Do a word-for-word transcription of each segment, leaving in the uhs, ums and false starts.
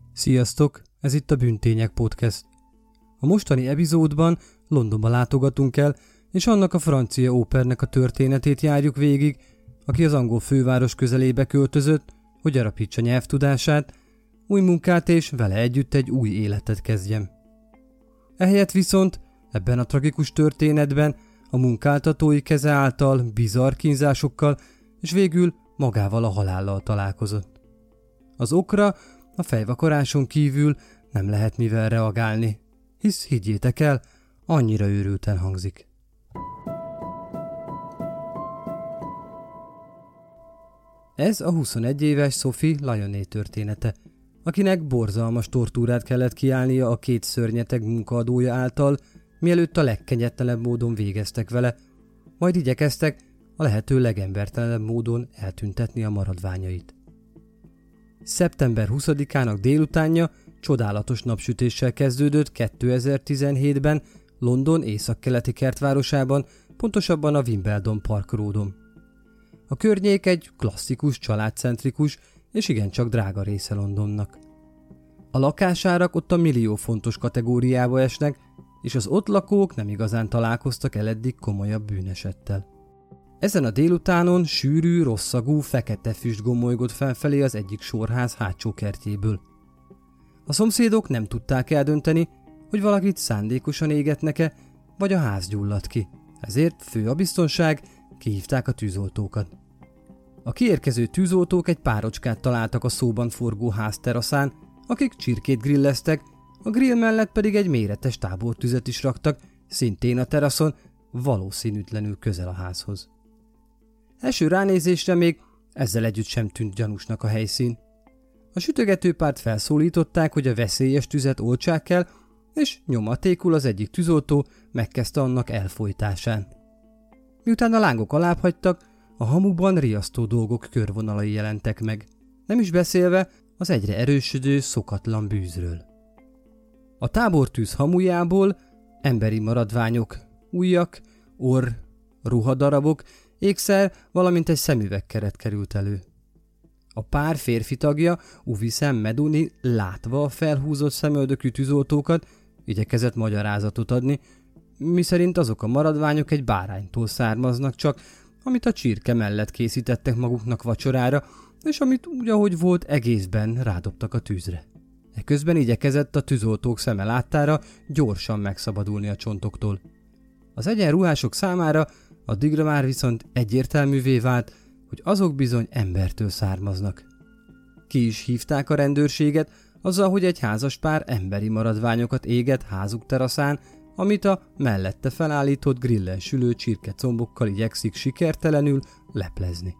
Sziasztok! Ez itt a Bűntények Podcast. A mostani epizódban Londonba látogatunk el, és annak a francia ópernek a történetét járjuk végig, aki az angol főváros közelébe költözött, hogy gyarapítsa nyelvtudását, új munkát és vele együtt egy új életet kezdjen. Ehelyett viszont ebben a tragikus történetben a munkáltatói keze által bizarr kínzásokkal és végül magával a halállal találkozott. Az okra a fejvakaráson kívül nem lehet mivel reagálni, hisz higgyétek el, annyira őrülten hangzik. Ez a huszonegy éves Sophie Lyoné története, akinek borzalmas tortúrát kellett kiállnia a két szörnyeteg munkaadója által, mielőtt a legkegyetlenebb módon végeztek vele, majd igyekeztek a lehető legembertelenebb módon eltüntetni a maradványait. szeptember huszadikának délutánja csodálatos napsütéssel kezdődött kétezer-tizenhétben London északkeleti kertvárosában, pontosabban a Wimbledon Park Roadon. A környék egy klasszikus, családcentrikus és igencsak drága része Londonnak. A lakásárak ott a millió fontos kategóriába esnek, és az ott lakók nem igazán találkoztak el eddig komolyabb bűnesettel. Ezen a délutánon sűrű, rosszagú, fekete füst gomolygott felfelé az egyik sorház hátsó kertjéből. A szomszédok nem tudták eldönteni, hogy valakit szándékosan égetnek-e, vagy a ház gyulladt ki. Ezért fő a biztonság, kihívták a tűzoltókat. A kiérkező tűzoltók egy párocskát találtak a szóban forgó ház teraszán, akik csirkét grilleztek, a grill mellett pedig egy méretes tábortüzet is raktak, szintén a teraszon, valószínűtlenül közel a házhoz. Első ránézésre még ezzel együtt sem tűnt gyanúsnak a helyszín. A sütögetőpárt felszólították, hogy a veszélyes tüzet oltsák el, és nyomatékul az egyik tűzoltó megkezdte annak elfojtásán. Miután a lángok alábbhagytak, a hamuban riasztó dolgok körvonalai jelentek meg, nem is beszélve az egyre erősödő, szokatlan bűzről. A tábortűz hamujából emberi maradványok, ujjak, orr, ruhadarabok, ékszer, valamint egy szemüvegkeret került elő. A pár férfi tagja, Uvisen Meduni, látva a felhúzott szemöldökű tűzoltókat, igyekezett magyarázatot adni, miszerint azok a maradványok egy báránytól származnak csak, amit a csirke mellett készítettek maguknak vacsorára, és amit úgy, ahogy volt, egészben rádobtak a tűzre. Eközben igyekezett a tűzoltók szeme láttára gyorsan megszabadulni a csontoktól. Az egyenruhások számára addigra már viszont egyértelművé vált, hogy azok bizony embertől származnak. Ki is hívták a rendőrséget, azzal, hogy egy házas pár emberi maradványokat éget házuk teraszán, amit a mellette felállított grillen sülő csirkecombokkal igyekszik sikertelenül leplezni.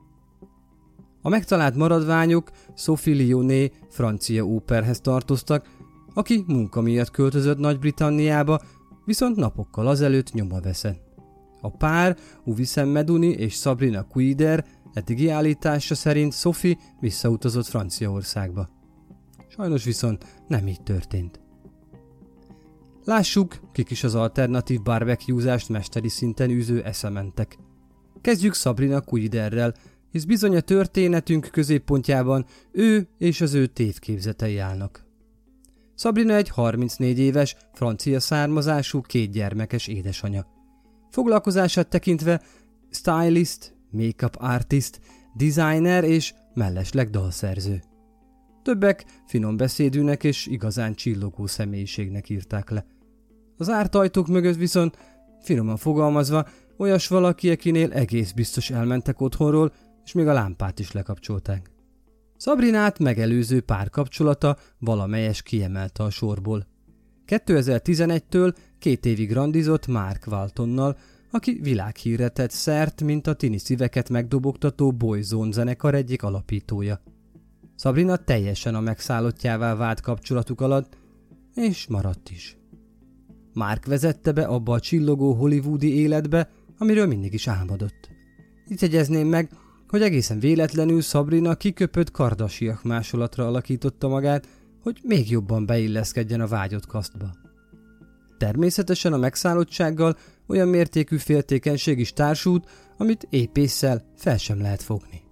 A megtalált maradványok Sophie Lyoné francia óperhez tartoztak, aki munka miatt költözött Nagy-Britanniába, viszont napokkal azelőtt nyoma veszett. A pár, Uvisen Meduni és Sabrina Cuider eddigi állítása szerint Sophie visszautazott Franciaországba. Sajnos viszont nem így történt. Lássuk, kik is az alternatív barbecue-zást mesteri szinten űző eszementek. Kezdjük Sabrina Cuiderrel, hisz bizony a történetünk középpontjában ő és az ő tévképzetei állnak. Sabrina egy harmincnégy éves, francia származású, kétgyermekes édesanya. Foglalkozását tekintve stylist, make-up artist, designer és mellesleg dalszerző. Többek finom beszédűnek és igazán csillogó személyiségnek írták le. Az zárt ajtók mögött viszont, finoman fogalmazva, olyas valaki, akinél egész biztos elmentek otthonról, és még a lámpát is lekapcsolták. Sabrinát megelőző párkapcsolata valamelyes kiemelte a sorból. kétezer-tizenegytől két évig randizott Mark Waltonnal, aki világhírre tett szert, mint a tini szíveket megdobogtató Boyzone zenekar egyik alapítója. Sabrina teljesen a megszállottjává vált kapcsolatuk alatt, és maradt is. Mark vezette be abba a csillogó hollywoodi életbe, amiről mindig is álmodott. Itt jegyezném meg, hogy egészen véletlenül Sabrina kiköpött kardasiak másolatra alakította magát, hogy még jobban beilleszkedjen a vágyott kasztba. Természetesen a megszállottsággal olyan mértékű féltékenység is társult, amit épésszel fel sem lehet fogni.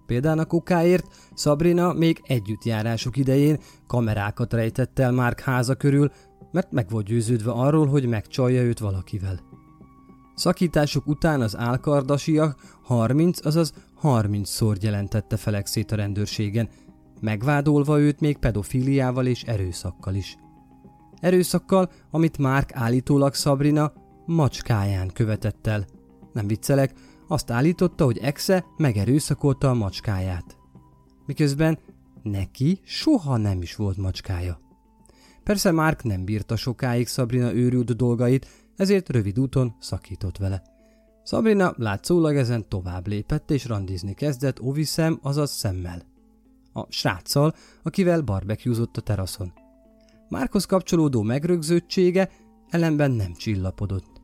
Például a kokáért Sabrina még együttjárásuk idején kamerákat rejtett el Mark háza körül, mert meg volt győződve arról, hogy megcsalja őt valakivel. Szakításuk után az Al-Kardashiak harminc, azaz harmincszor jelentette Felexét a rendőrségen, megvádolva őt még pedofíliával és erőszakkal is. Erőszakkal, amit Mark állítólag Sabrina macskáján követett el. Nem viccelek, azt állította, hogy exe megerőszakolta a macskáját. Miközben neki soha nem is volt macskája. Persze Mark nem bírta sokáig Sabrina őrült dolgait, ezért rövid úton szakított vele. Sabrina látszólag ezen tovább lépett és randizni kezdett Ovi Sam, azaz Sammel. A sráccal, akivel barbecuezott a teraszon. Markhoz kapcsolódó megrögzöttsége ellenben nem csillapodott.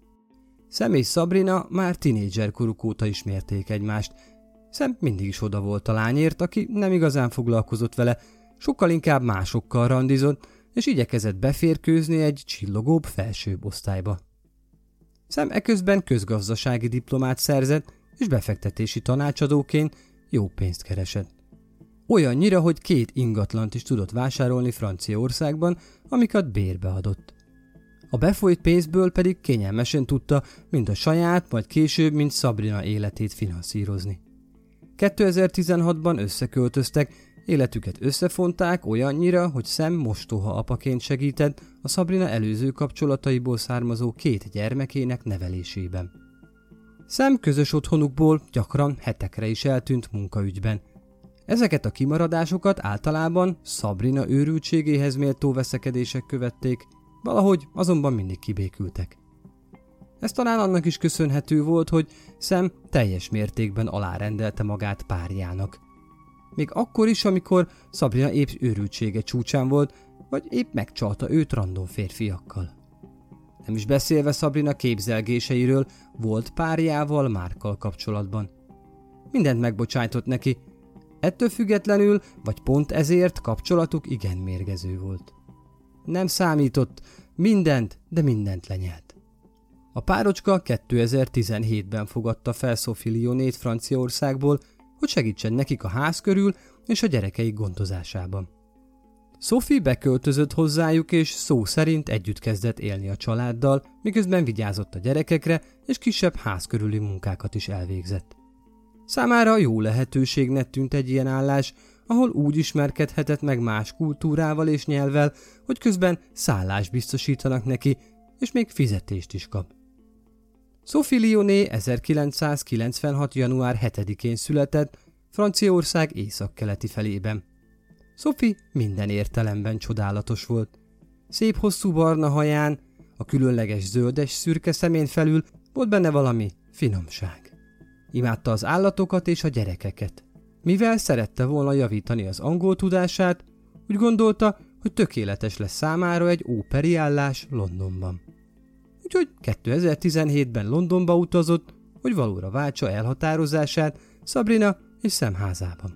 Sam és Sabrina már tinédzser koruk óta ismerték egymást. Sam mindig is oda volt a lányért, aki nem igazán foglalkozott vele, sokkal inkább másokkal randizott, és igyekezett beférkőzni egy csillogóbb felsőbb osztályba. Sam eközben közgazdasági diplomát szerzett, és befektetési tanácsadóként jó pénzt keresett. Olyannyira, hogy két ingatlant is tudott vásárolni Franciaországban, amiket bérbe adott. A befolyt pénzből pedig kényelmesen tudta mind a saját, majd később, mind Sabrina életét finanszírozni. kétezer-tizenhatban összeköltöztek, életüket összefonták olyannyira, hogy Sam mostoha apaként segített a Sabrina előző kapcsolataiból származó két gyermekének nevelésében. Sam közös otthonukból gyakran hetekre is eltűnt munkaügyben. Ezeket a kimaradásokat általában Sabrina őrültségéhez méltó veszekedések követték, valahogy azonban mindig kibékültek. Ez talán annak is köszönhető volt, hogy Sam teljes mértékben alárendelte magát párjának. Még akkor is, amikor Sabrina épp őrültsége csúcsán volt, vagy épp megcsalta őt random férfiakkal. Nem is beszélve Sabrina képzelgéseiről volt párjával, Markkal kapcsolatban. Mindent megbocsájtott neki, ettől függetlenül, vagy pont ezért kapcsolatuk igen mérgező volt. Nem számított, mindent, de mindent lenyelt. A párocska kétezer-tizenhétben fogadta fel Sophie Lyonnait Franciaországból, hogy segítsen nekik a ház körül és a gyerekeik gondozásában. Sophie beköltözött hozzájuk, és szó szerint együtt kezdett élni a családdal, miközben vigyázott a gyerekekre, és kisebb ház körüli munkákat is elvégzett. Számára jó lehetőségnek tűnt egy ilyen állás, ahol úgy ismerkedhetett meg más kultúrával és nyelvvel, hogy közben szállást biztosítanak neki, és még fizetést is kap. Sophie Lyonnait ezerkilencszázkilencvenhat. január hetedikén született, Franciaország északkeleti felében. Sophie minden értelemben csodálatos volt. Szép hosszú barna haján, a különleges zöldes-szürke szemén felül volt benne valami finomság. Imádta az állatokat és a gyerekeket. Mivel szerette volna javítani az angol tudását, úgy gondolta, hogy tökéletes lesz számára egy óperi állás Londonban. Úgyhogy kétezer-tizenhétben Londonba utazott, hogy valóra váltsa elhatározását Sabrina és Sam házában.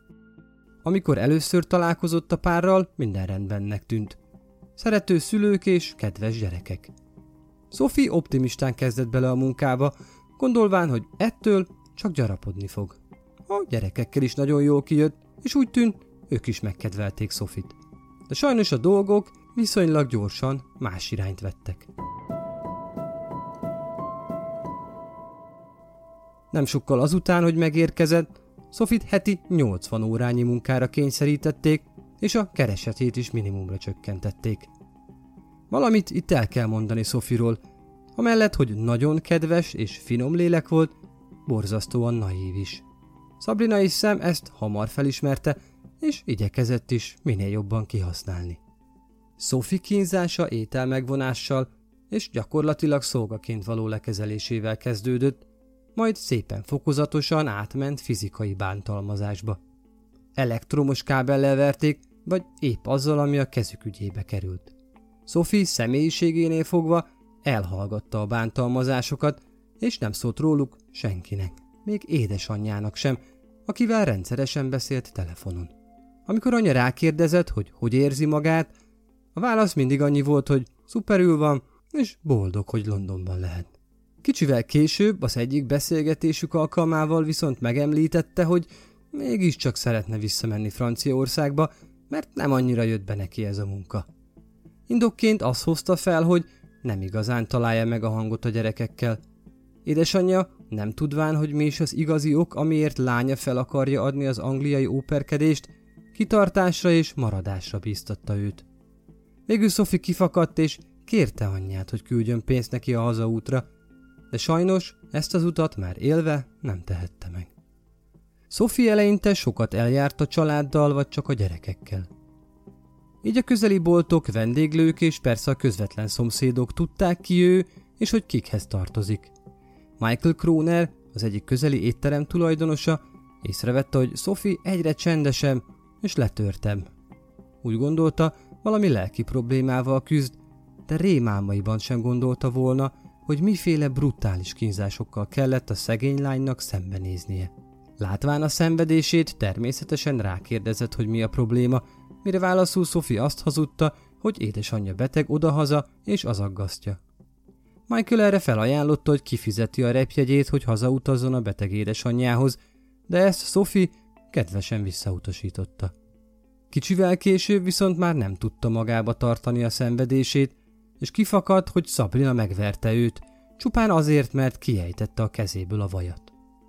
Amikor először találkozott a párral, minden rendbennek tűnt. Szerető szülők és kedves gyerekek. Sophie optimistán kezdett bele a munkába, gondolván, hogy ettől csak gyarapodni fog. A gyerekekkel is nagyon jól kijött, és úgy tűnt, ők is megkedvelték Sophie-t. De sajnos a dolgok viszonylag gyorsan más irányt vettek. Nem sokkal azután, hogy megérkezett, Sophie-t heti nyolcvan órányi munkára kényszerítették, és a keresetét is minimumra csökkentették. Valamit itt el kell mondani Sophie-ról, amellett, hogy nagyon kedves és finom lélek volt, borzasztóan naív is. Sabrina és Sam ezt hamar felismerte, és igyekezett is minél jobban kihasználni. Sophie kínzása ételmegvonással és gyakorlatilag szolgaként való lekezelésével kezdődött, majd szépen fokozatosan átment fizikai bántalmazásba. Elektromos kábellel verték, vagy épp azzal, ami a kezük ügyébe került. Sophie személyiségénél fogva elhallgatta a bántalmazásokat, és nem szólt róluk senkinek, még édesanyjának sem, akivel rendszeresen beszélt telefonon. Amikor anya rákérdezett, hogy hogy érzi magát, a válasz mindig annyi volt, hogy szuperül van, és boldog, hogy Londonban lehet. Kicsivel később az egyik beszélgetésük alkalmával viszont megemlítette, hogy Mégiscsak szeretne visszamenni Franciaországba, mert nem annyira jött be neki ez a munka. Indokként azt hozta fel, hogy nem igazán találja meg a hangot a gyerekekkel. Édesanyja, nem tudván, hogy mi is az igazi ok, amiért lánya fel akarja adni az angliai óperkedést, kitartásra és maradásra bíztatta őt. Végül Sophie kifakadt és kérte anyját, hogy küldjön pénzt neki a hazaútra, de sajnos ezt az utat már élve nem tehette meg. Sophie eleinte sokat eljárt a családdal vagy csak a gyerekekkel. Így a közeli boltok, vendéglők és persze a közvetlen szomszédok tudták ki ő, és hogy kikhez tartozik. Michael Kroner, az egyik közeli étterem tulajdonosa, észrevette, hogy Sophie egyre csendesebb és letörtebb. Úgy gondolta, valami lelki problémával küzd, de rémálmaiban sem gondolta volna, hogy miféle brutális kínzásokkal kellett a szegény lánynak szembenéznie. Látván a szenvedését, természetesen rákérdezett, hogy mi a probléma, mire válaszul Sophie azt hazudta, hogy édesanyja beteg odahaza és az aggasztja. Michael erre felajánlotta, hogy kifizeti a repjegyét, hogy hazautazzon a beteg édesanyjához, de ezt Sophie kedvesen visszautasította. Kicsivel később viszont már nem tudta magába tartani a szenvedését, és kifakadt, hogy Sabrina megverte őt, csupán azért, mert kiejtette a kezéből a vajat.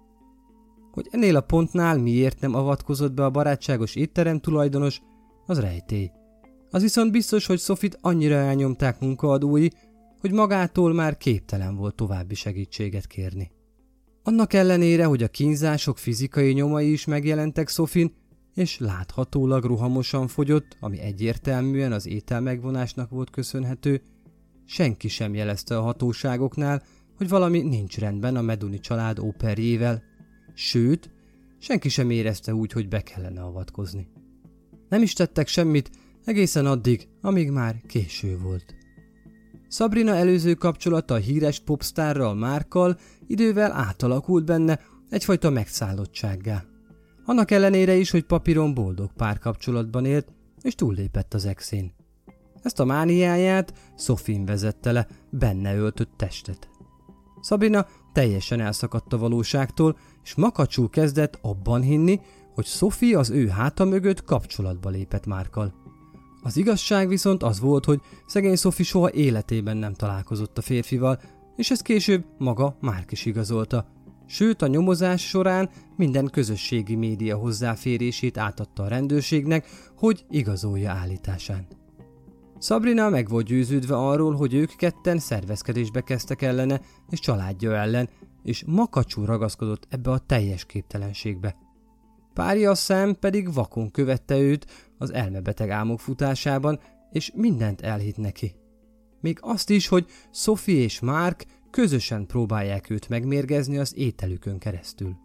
Hogy ennél a pontnál miért nem avatkozott be a barátságos étterem tulajdonos, az rejtély. Az viszont biztos, hogy Sophie-t annyira elnyomták munkaadói, hogy magától már képtelen volt további segítséget kérni. Annak ellenére, hogy a kínzások fizikai nyomai is megjelentek Sophie-n, és láthatólag rohamosan fogyott, ami egyértelműen az ételmegvonásnak volt köszönhető, senki sem jelezte a hatóságoknál, hogy valami nincs rendben a Meduni család óperjével, sőt, senki sem érezte úgy, hogy be kellene avatkozni. Nem is tettek semmit egészen addig, amíg már késő volt. Sabrina előző kapcsolata a híres popstárral, Markkal idővel átalakult benne egyfajta megszállottsággá. Annak ellenére is, hogy papíron boldog párkapcsolatban élt, és túllépett az exén. Ezt a mániáját Sophie vezette le benne öltött testet. Sabrina teljesen elszakadt a valóságtól, és makacsul kezdett abban hinni, hogy Sophie az ő háta mögött kapcsolatba lépett Markkal. Az igazság viszont az volt, hogy szegény Sophie soha életében nem találkozott a férfival, és ezt később maga Mark is igazolta. Sőt, a nyomozás során minden közösségi média hozzáférését átadta a rendőrségnek, hogy igazolja állításán. Sabrina meg volt győződve arról, hogy ők ketten szervezkedésbe kezdtek ellene és családja ellen, és makacsul ragaszkodott ebbe a teljes képtelenségbe. Párja Sam pedig vakon követte őt az elmebeteg álmok futásában, és mindent elhitt neki. Még azt is, hogy Sophie és Mark közösen próbálják őt megmérgezni az ételükön keresztül.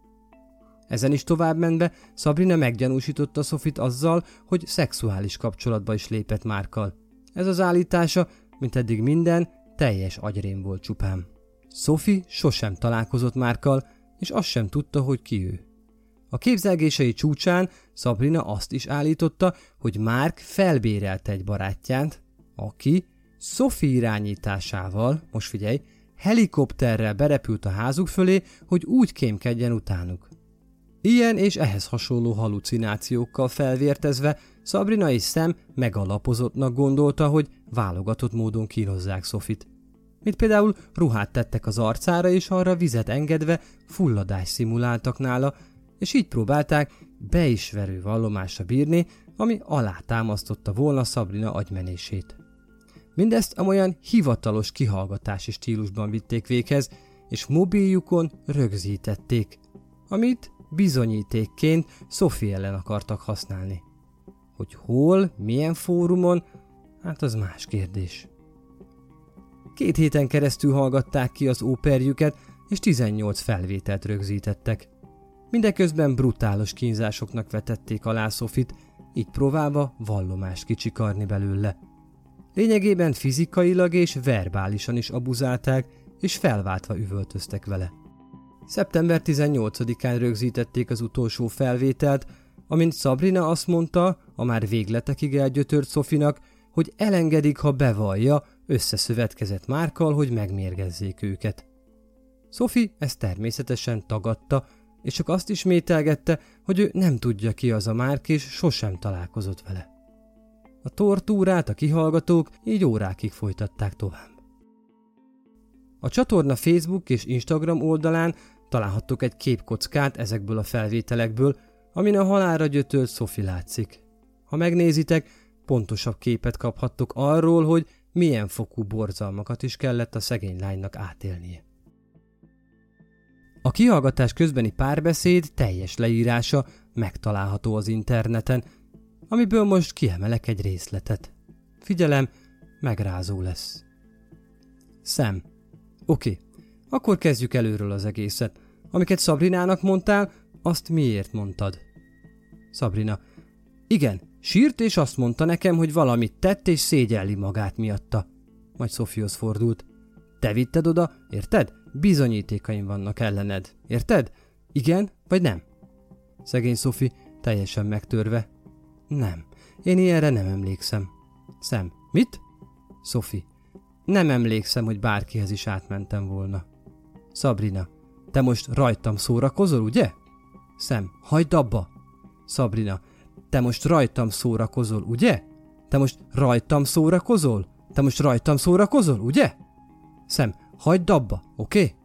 Ezen is tovább menve Sabrina meggyanúsította Sophie-t azzal, hogy szexuális kapcsolatba is lépett Markkal. Ez az állítása, mint eddig minden, teljes agyrém volt csupán. Sophie sosem találkozott Markkal, és azt sem tudta, hogy ki ő. A képzelgései csúcsán Sabrina azt is állította, hogy Mark felbérelte egy barátját, aki Sophie irányításával, most figyelj, helikopterrel berepült a házuk fölé, hogy úgy kémkedjen utánuk. Ilyen és ehhez hasonló halucinációkkal felvértezve Sabrina és Sam megalapozottnak gondolta, hogy válogatott módon kínozzák Sophie-t. Mint például ruhát tettek az arcára és arra vizet engedve fulladást szimuláltak nála, és így próbálták be is verő vallomásra bírni, ami alátámasztotta volna Sabrina agymenését. Mindezt amolyan hivatalos kihallgatási stílusban vitték véghez, és mobiljukon rögzítették, amit bizonyítékként Sophie ellen akartak használni. Hogy hol, milyen fórumon, hát az más kérdés. Két héten keresztül hallgatták ki az óperjüket, és tizennyolc felvételt rögzítettek. Mindeközben brutális kínzásoknak vetették alá Sophie-t, így próbálva vallomást kicsikarni belőle. Lényegében fizikailag és verbálisan is abuzálták, és felváltva üvöltöztek vele. szeptember tizennyolcadikán rögzítették az utolsó felvételt, amint Sabrina azt mondta, a már végletekig elgyötört Sophie-nak, hogy elengedik, ha bevallja, összeszövetkezett Markkal, hogy megmérgezzék őket. Sophie ezt természetesen tagadta, és csak azt ismételgette, hogy ő nem tudja ki az a Márk, és sosem találkozott vele. A tortúrát a kihallgatók így órákig folytatták tovább. A csatorna Facebook és Instagram oldalán találhattok egy képkockát ezekből a felvételekből, amin a halálra gyötölt Sophie látszik. Ha megnézitek, pontosabb képet kaphattok arról, hogy milyen fokú borzalmakat is kellett a szegény lánynak átélnie. A kihallgatás közbeni párbeszéd teljes leírása megtalálható az interneten, amiből most kiemelek egy részletet. Figyelem, megrázó lesz. Sam. Oké, akkor kezdjük előről az egészet. Amiket Sabrinának mondtál, azt miért mondtad? Sabrina. Igen, sírt és azt mondta nekem, hogy valamit tett és szégyelli magát miatta. Majd Sophiehoz fordult. Te vitted oda, érted? Bizonyítékaim vannak ellened, érted? Igen, vagy nem? Szegény Sophie teljesen megtörve. Nem, én ilyenre nem emlékszem. Sam. Mit? Sophie. Nem emlékszem, hogy bárkihez is átmentem volna. Sabrina. Te most rajtam szórakozol, ugye? Sam. Hagyd abba. Sabrina. Te most rajtam szórakozol, ugye? Te most rajtam szórakozol? Te most rajtam szórakozol, ugye? Sam. Hagyd abba, oké? Okay?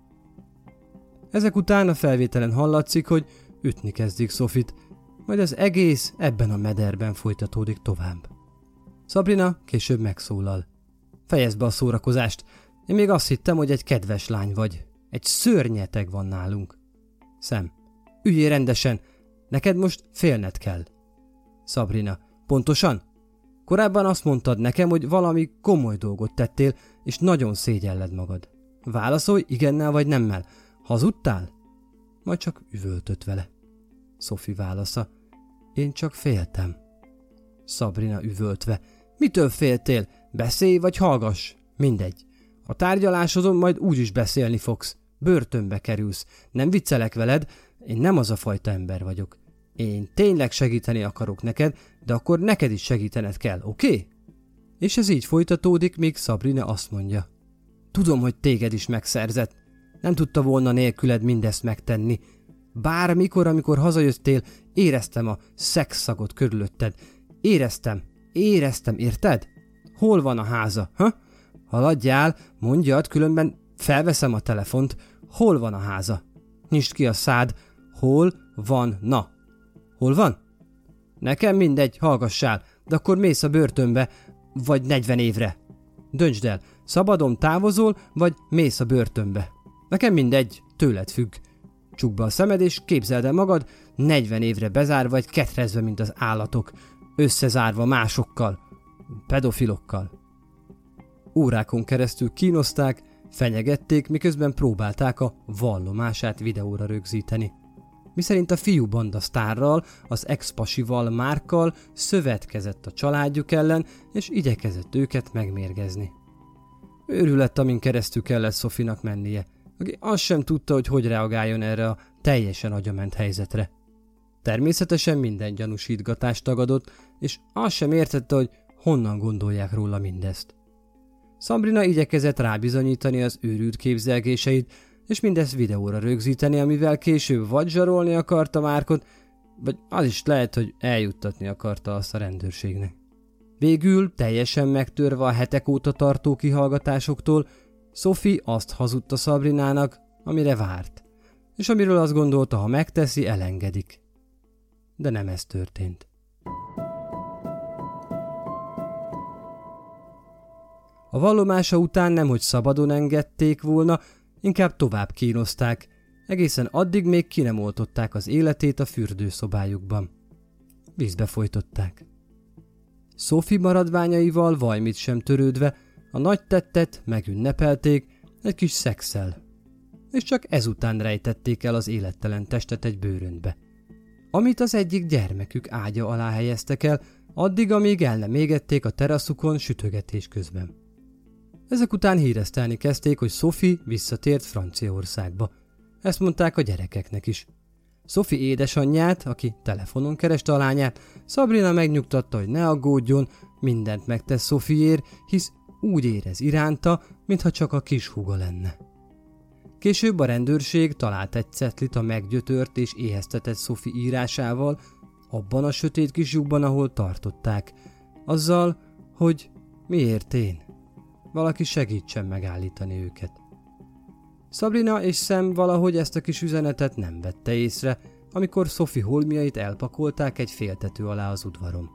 Ezek után a felvételen hallatszik, hogy ütni kezdik Sophie-t, majd az egész ebben a mederben folytatódik tovább. Sabrina később megszólal. Fejezd be a szórakozást, én még azt hittem, hogy egy kedves lány vagy. Egy szörnyeteg van nálunk. Sam. Üljél rendesen, neked most félned kell. Sabrina. Pontosan? Korábban azt mondtad nekem, hogy valami komoly dolgot tettél, és nagyon szégyelled magad. Válaszolj igennel vagy nemmel. Hazudtál? Majd csak üvöltött vele. Sophie válasza. Én csak féltem. Sabrina üvöltve. Mitől féltél? Beszélj vagy hallgass? Mindegy. A tárgyalásodon majd úgyis beszélni fogsz. Börtönbe kerülsz. Nem viccelek veled, én nem az a fajta ember vagyok. Én tényleg segíteni akarok neked, de akkor neked is segítened kell, oké? Okay? És ez így folytatódik, míg Sabrina azt mondja. Tudom, hogy téged is megszerzett. Nem tudta volna nélküled mindezt megtenni. Bármikor, amikor hazajöttél, éreztem a szexszagot körülötted. Éreztem, éreztem, érted? Hol van a háza, ha? Haladjál, mondjad, különben felveszem a telefont. Hol van a háza? Nyisd ki a szád. Hol van, na? Hol van? Nekem mindegy, hallgassál, de akkor mész a börtönbe, vagy negyven évre. Döntsd el, szabadon távozol, vagy mész a börtönbe. Nekem mindegy, tőled függ. Csukd be a szemed, és képzeld el magad, negyven évre bezárva, vagy ketrezve, mint az állatok, összezárva másokkal, pedofilokkal. Órákon keresztül kínozták, fenyegették, miközben próbálták a vallomását videóra rögzíteni. Miszerint a fiú banda sztárral, az ex-pasival, Márkkal szövetkezett a családjuk ellen, és igyekezett őket megmérgezni. Őrület, amin keresztül kellett Sophie-nak mennie, aki azt sem tudta, hogy hogy reagáljon erre a teljesen agyament helyzetre. Természetesen minden gyanúsítgatást tagadott, és azt sem értette, hogy honnan gondolják róla mindezt. Sabrina igyekezett rábizonyítani az őrült képzelgéseit, és mindezt videóra rögzíteni, amivel később vagy zsarolni akarta Márkot, vagy az is lehet, hogy eljuttatni akarta azt a rendőrségnek. Végül, teljesen megtörve a hetek óta tartó kihallgatásoktól, Sophie azt hazudta Sabrinának, amire várt, és amiről azt gondolta, ha megteszi, elengedik. De nem ez történt. A vallomása után nemhogy szabadon engedték volna, inkább tovább kínozták, egészen addig még ki nem oltották az életét a fürdőszobájukban. Vízbe folytották. Sophie maradványaival vajmit sem törődve a nagy tettet megünnepelték egy kis szexszel, és csak ezután rejtették el az élettelen testet egy bőröntbe, amit az egyik gyermekük ágya alá helyeztek el, addig, amíg el nem égették a teraszukon sütögetés közben. Ezek után híresztelni kezdték, hogy Sophie visszatért Franciaországba. Ezt mondták a gyerekeknek is. Sophie édesanyját, aki telefonon kereste a lányát, Sabrina megnyugtatta, hogy ne aggódjon, mindent megtesz Sophieért, hisz úgy érez iránta, mintha csak a kis húga lenne. Később a rendőrség talált egy cetlit a meggyötört és éheztetett Sophie írásával, abban a sötét kis lyukban, ahol tartották, azzal, hogy miért én? Valaki segítsen megállítani őket. Sabrina és Sam valahogy ezt a kis üzenetet nem vette észre, amikor Sophie holmiait elpakolták egy féltető alá az udvaron.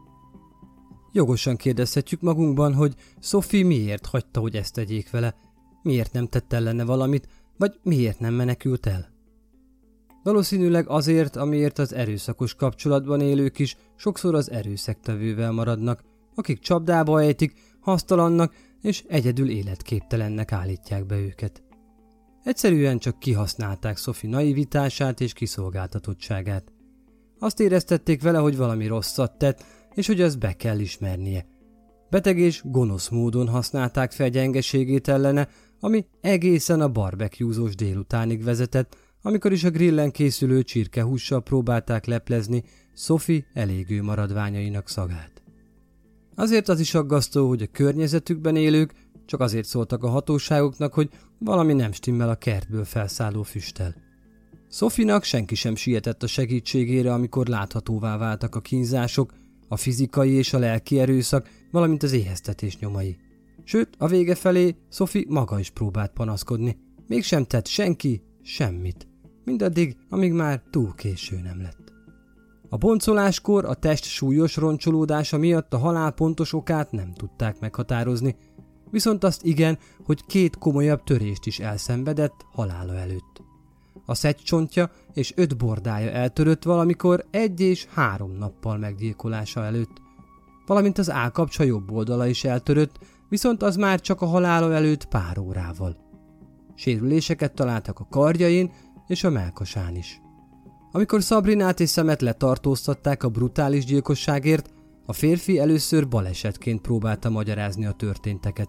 Jogosan kérdezhetjük magunkban, hogy Sophie miért hagyta, hogy ezt tegyék vele, miért nem tett ellene valamit, vagy miért nem menekült el. Valószínűleg azért, amiért az erőszakos kapcsolatban élők is sokszor az erőszaktevővel maradnak, akik csapdába ejtik, hasztalannak és egyedül életképtelennek állítják be őket. Egyszerűen csak kihasználták Sophie naivitását és kiszolgáltatottságát. Azt éreztették vele, hogy valami rosszat tett, és hogy azt be kell ismernie. Beteg és gonosz módon használták fel gyengeségét ellene, ami egészen a barbecuezós délutánig vezetett, amikor is a grillen készülő csirkehússal próbálták leplezni Sophie elégő maradványainak szagát. Azért az is aggasztó, hogy a környezetükben élők csak azért szóltak a hatóságoknak, hogy valami nem stimmel a kertből felszálló füsttel. Sophie-nak senki sem sietett a segítségére, amikor láthatóvá váltak a kínzások, a fizikai és a lelki erőszak, valamint az éheztetés nyomai. Sőt, a vége felé Sophie maga is próbált panaszkodni. Mégsem tett senki semmit. Mindaddig, amíg már túl késő nem lett. A boncoláskor a test súlyos roncsolódása miatt a halál pontos okát nem tudták meghatározni, viszont azt igen, hogy két komolyabb törést is elszenvedett halála előtt. A szegcsontja és öt bordája eltörött valamikor egy és három nappal meggyilkolása előtt, valamint az állkapcsa jobb oldala is eltörött, viszont az már csak a halála előtt pár órával. Sérüléseket találtak a karjain és a mellkasán is. Amikor Sabrinát és Samet letartóztatták a brutális gyilkosságért, a férfi először balesetként próbálta magyarázni a történteket.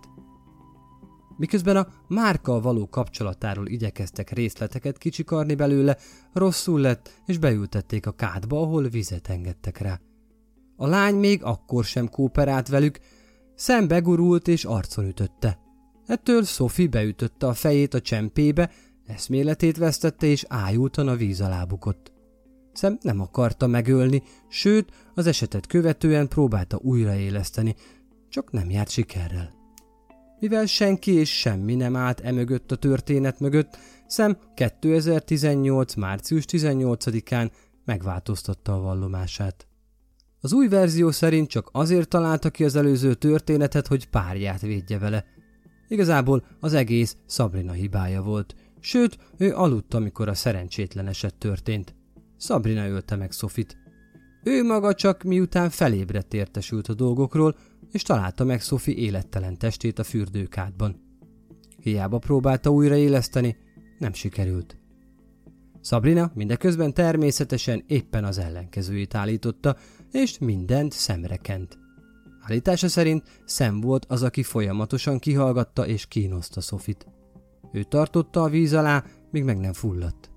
Miközben a Márkkal való kapcsolatáról igyekeztek részleteket kicsikarni belőle, rosszul lett, és beültették a kádba, ahol vizet engedtek rá. A lány még akkor sem kooperált velük, Sam begurult és arcon ütötte. Ettől Sophie beütötte a fejét a csempébe, eszméletét vesztette és ájultan a víz alá bukott. Sam nem akarta megölni, sőt, az esetet követően próbálta újraéleszteni, csak nem járt sikerrel. Mivel senki és semmi nem állt emögött a történet mögött, Sam kétezer-tizennyolc. március tizennyolcadikán megváltoztatta a vallomását. Az új verzió szerint csak azért találta ki az előző történetet, hogy párját védje vele. Igazából az egész Sabrina hibája volt, sőt, ő aludt, amikor a szerencsétlen eset történt. Sabrina ölte meg Sophie-t. Ő maga csak miután felébredt értesült a dolgokról, és találta meg Sophie élettelen testét a fürdőkádban. Hiába próbálta újraéleszteni, nem sikerült. Sabrina mindeközben természetesen éppen az ellenkezőjét állította, és mindent szemre kent. Állítása szerint Sam volt az, aki folyamatosan kihallgatta és kínoszta Sophie-t. Ő tartotta a víz alá, míg meg nem fulladt.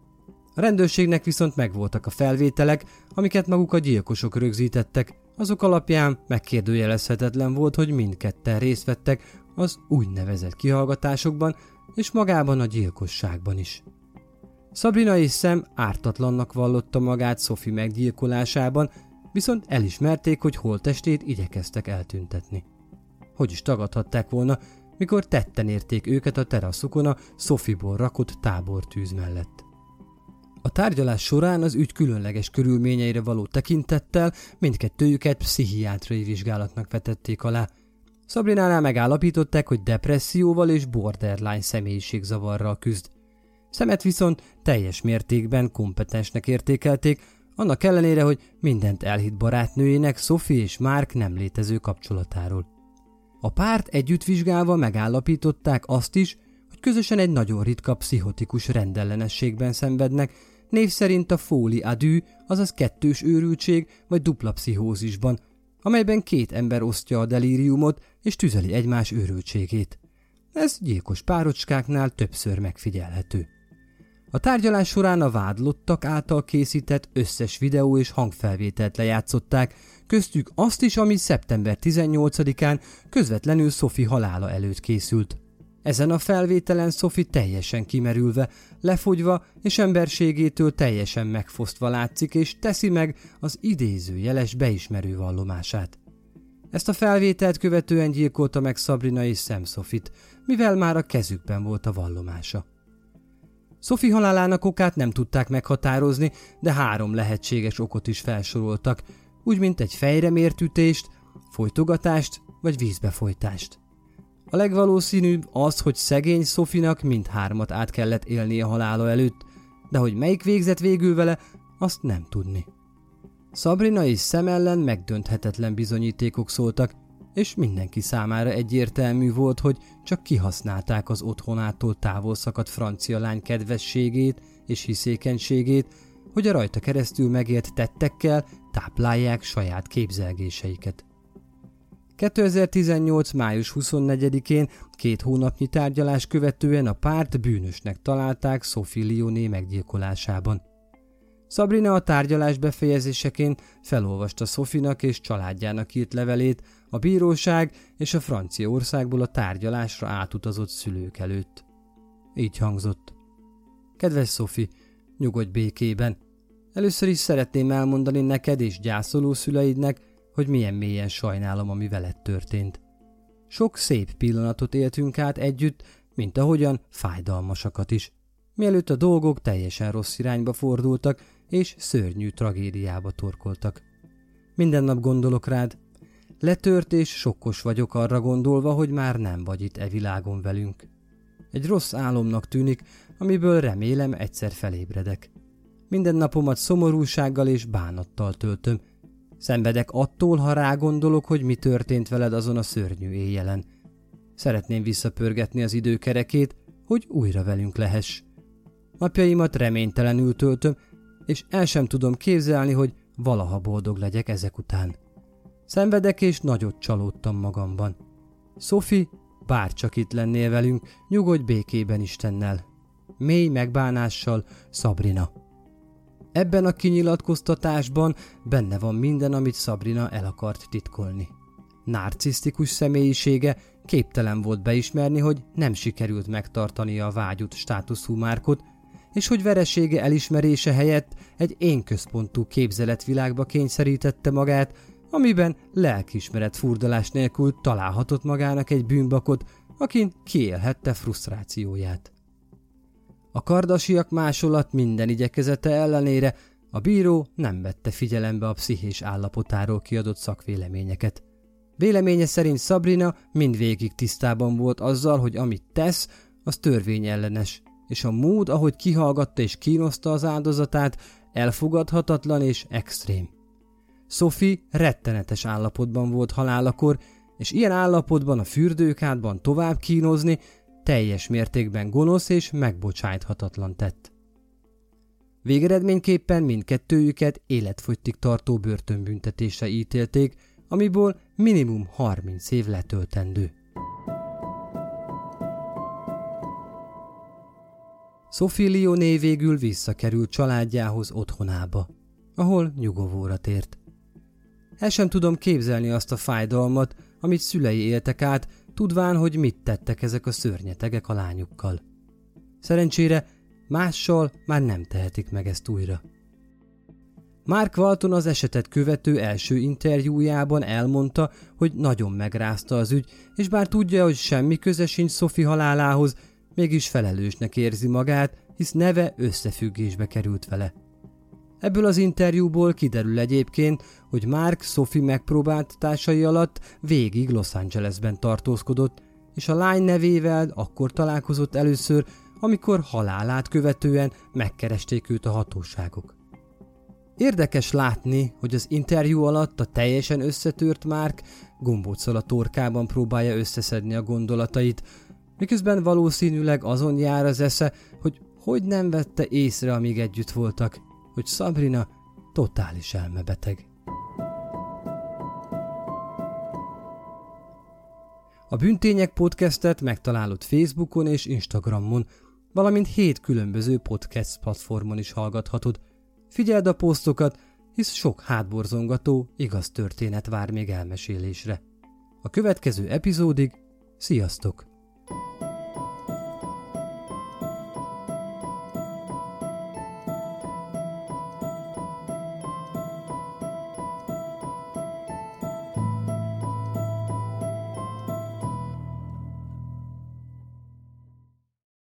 A rendőrségnek viszont megvoltak a felvételek, amiket maguk a gyilkosok rögzítettek, azok alapján megkérdőjelezhetetlen volt, hogy mindketten részt vettek az úgynevezett kihallgatásokban és magában a gyilkosságban is. Sabrina és Sam ártatlannak vallotta magát Sophie meggyilkolásában, viszont elismerték, hogy holttestét igyekeztek eltüntetni. Hogy is tagadhatták volna, mikor tetten érték őket a teraszukon a Sophie-ból rakott tábortűz mellett. A tárgyalás során az ügy különleges körülményeire való tekintettel mindkettőjüket pszichiátriai vizsgálatnak vetették alá. Sabrinánál megállapították, hogy depresszióval és borderline személyiségzavarral küzd. Samet viszont teljes mértékben kompetensnek értékelték, annak ellenére, hogy mindent elhitt barátnőjének, Sophie és Mark nem létező kapcsolatáról. A párt együtt vizsgálva megállapították azt is, hogy közösen egy nagyon ritka pszichotikus rendellenességben szenvednek, név szerint a folie à deux, azaz kettős őrültség vagy dupla pszichózisban, amelyben két ember osztja a delíriumot és tüzeli egymás őrültségét. Ez gyilkos párocskáknál többször megfigyelhető. A tárgyalás során a vádlottak által készített összes videó és hangfelvételt lejátszották, köztük azt is, ami szeptember tizennyolcadikán közvetlenül Sophie halála előtt készült. Ezen a felvételen Sophie teljesen kimerülve, lefogyva és emberségétől teljesen megfosztva látszik, és teszi meg az idézőjeles beismerő vallomását. Ezt a felvételt követően gyilkolta meg Sabrina és Sam Sophie-t, mivel már a kezükben volt a vallomása. Sophie halálának okát nem tudták meghatározni, de három lehetséges okot is felsoroltak, úgy mint egy fejremért ütést, folytogatást vagy vízbefolytást. A legvalószínűbb az, hogy szegény Sophie-nak mindhármat át kellett élnie halála előtt, de hogy melyik végzett végül vele, azt nem tudni. Sabrina és Sam ellen megdönthetetlen bizonyítékok szóltak, és mindenki számára egyértelmű volt, hogy csak kihasználták az otthonától távol szakadt francia lány kedvességét és hiszékenységét, hogy a rajta keresztül megélt tettekkel táplálják saját képzelgéseiket. kétezer-tizennyolc. május huszonnegyedikén, két hónapnyi tárgyalás követően a párt bűnösnek találták Sophie Lyoné meggyilkolásában. Sabrina a tárgyalás befejezéseként felolvasta Sophie-nak és családjának írt levelét a bíróság és a Franciaországból a tárgyalásra átutazott szülők előtt. Így hangzott: Kedves Sophie, nyugodj békében. Először is szeretném elmondani neked és gyászoló szüleidnek, hogy milyen mélyen sajnálom, ami veled történt. Sok szép pillanatot éltünk át együtt, mint ahogyan fájdalmasakat is, mielőtt a dolgok teljesen rossz irányba fordultak, és szörnyű tragédiába torkoltak. Minden nap gondolok rád. Letört és sokkos vagyok arra gondolva, hogy már nem vagy itt e világon velünk. Egy rossz álomnak tűnik, amiből remélem egyszer felébredek. Minden napomat szomorúsággal és bánattal töltöm. Szenvedek attól, ha rágondolok, hogy mi történt veled azon a szörnyű éjjelen. Szeretném visszapörgetni az időkerekét, hogy újra velünk lehess. Napjaimat reménytelenül töltöm, és el sem tudom képzelni, hogy valaha boldog legyek ezek után. Szenvedek és nagyot csalódtam magamban. Sophie, bárcsak itt lennél velünk, nyugodj békében Istennel. Mély megbánással, Sabrina. Ebben a kinyilatkoztatásban benne van minden, amit Sabrina el akart titkolni. Narcisztikus személyisége képtelen volt beismerni, hogy nem sikerült megtartania a vágyott státuszú Markot, és hogy veresége elismerése helyett egy énközpontú képzeletvilágba kényszerítette magát, amiben lelkiismeret furdalás nélkül találhatott magának egy bűnbakot, akin kiélhette frusztrációját. A kardasiak másolat minden igyekezete ellenére a bíró nem vette figyelembe a pszichés állapotáról kiadott szakvéleményeket. Véleménye szerint Sabrina mindvégig tisztában volt azzal, hogy amit tesz, az törvényellenes, és a mód, ahogy kihallgatta és kínoszta az áldozatát, elfogadhatatlan és extrém. Sophie rettenetes állapotban volt halálakor, és ilyen állapotban a fürdőkádban tovább kínozni teljes mértékben gonosz és megbocsájthatatlan tett. Végeredményképpen mindkettőjüket életfogytig tartó börtönbüntetésre ítélték, amiből minimum harminc év letöltendő. Sophie Lyoné végül visszakerült családjához otthonába, ahol nyugovóra tért. El sem tudom képzelni azt a fájdalmat, amit szülei éltek át, tudván, hogy mit tettek ezek a szörnyetegek a lányukkal. Szerencsére mással már nem tehetik meg ezt újra. Mark Walton az esetet követő első interjújában elmondta, hogy nagyon megrázta az ügy, és bár tudja, hogy semmi köze sincs Sophie halálához, mégis felelősnek érzi magát, hisz neve összefüggésbe került vele. Ebből az interjúból kiderül egyébként, hogy Mark Sophie megpróbáltatásai alatt végig Los Angelesben tartózkodott, és a lány nevével akkor találkozott először, amikor halálát követően megkeresték őt a hatóságok. Érdekes látni, hogy az interjú alatt a teljesen összetört Mark gombóccal a torkában próbálja összeszedni a gondolatait, miközben valószínűleg azon jár az esze, hogy hogy nem vette észre, amíg együtt voltak, hogy Sabrina totális elmebeteg. A Bűntények podcastet megtalálod Facebookon és Instagramon, valamint hét különböző podcast platformon is hallgathatod. Figyeld a posztokat, hisz sok hátborzongató, igaz történet vár még elmesélésre. A következő epizódig sziasztok!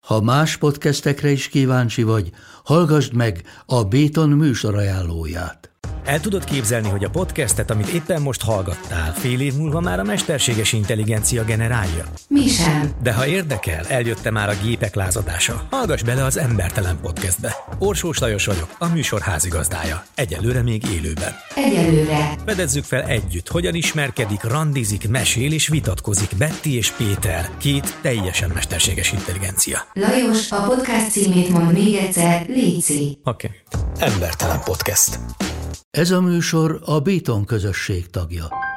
Ha más podcastekre is kíváncsi vagy, hallgassd meg a Béton műsor ajánlóját. El tudod képzelni, hogy a podcastet, amit éppen most hallgattál, fél év múlva már a mesterséges intelligencia generálja? Mi sem. De ha érdekel, eljött már a gépek lázadása. Hallgass bele az Embertelen Podcastbe. Orsós Lajos vagyok, a műsor házigazdája. Egyelőre még élőben. Egyelőre. Fedezzük fel együtt, hogyan ismerkedik, randizik, mesél és vitatkozik Betty és Péter, két teljesen mesterséges intelligencia. Lajos, a podcast címét mond még egyszer, léci. Oké. Okay. Embertelen Podcast. Ez a műsor a Béton közösség tagja.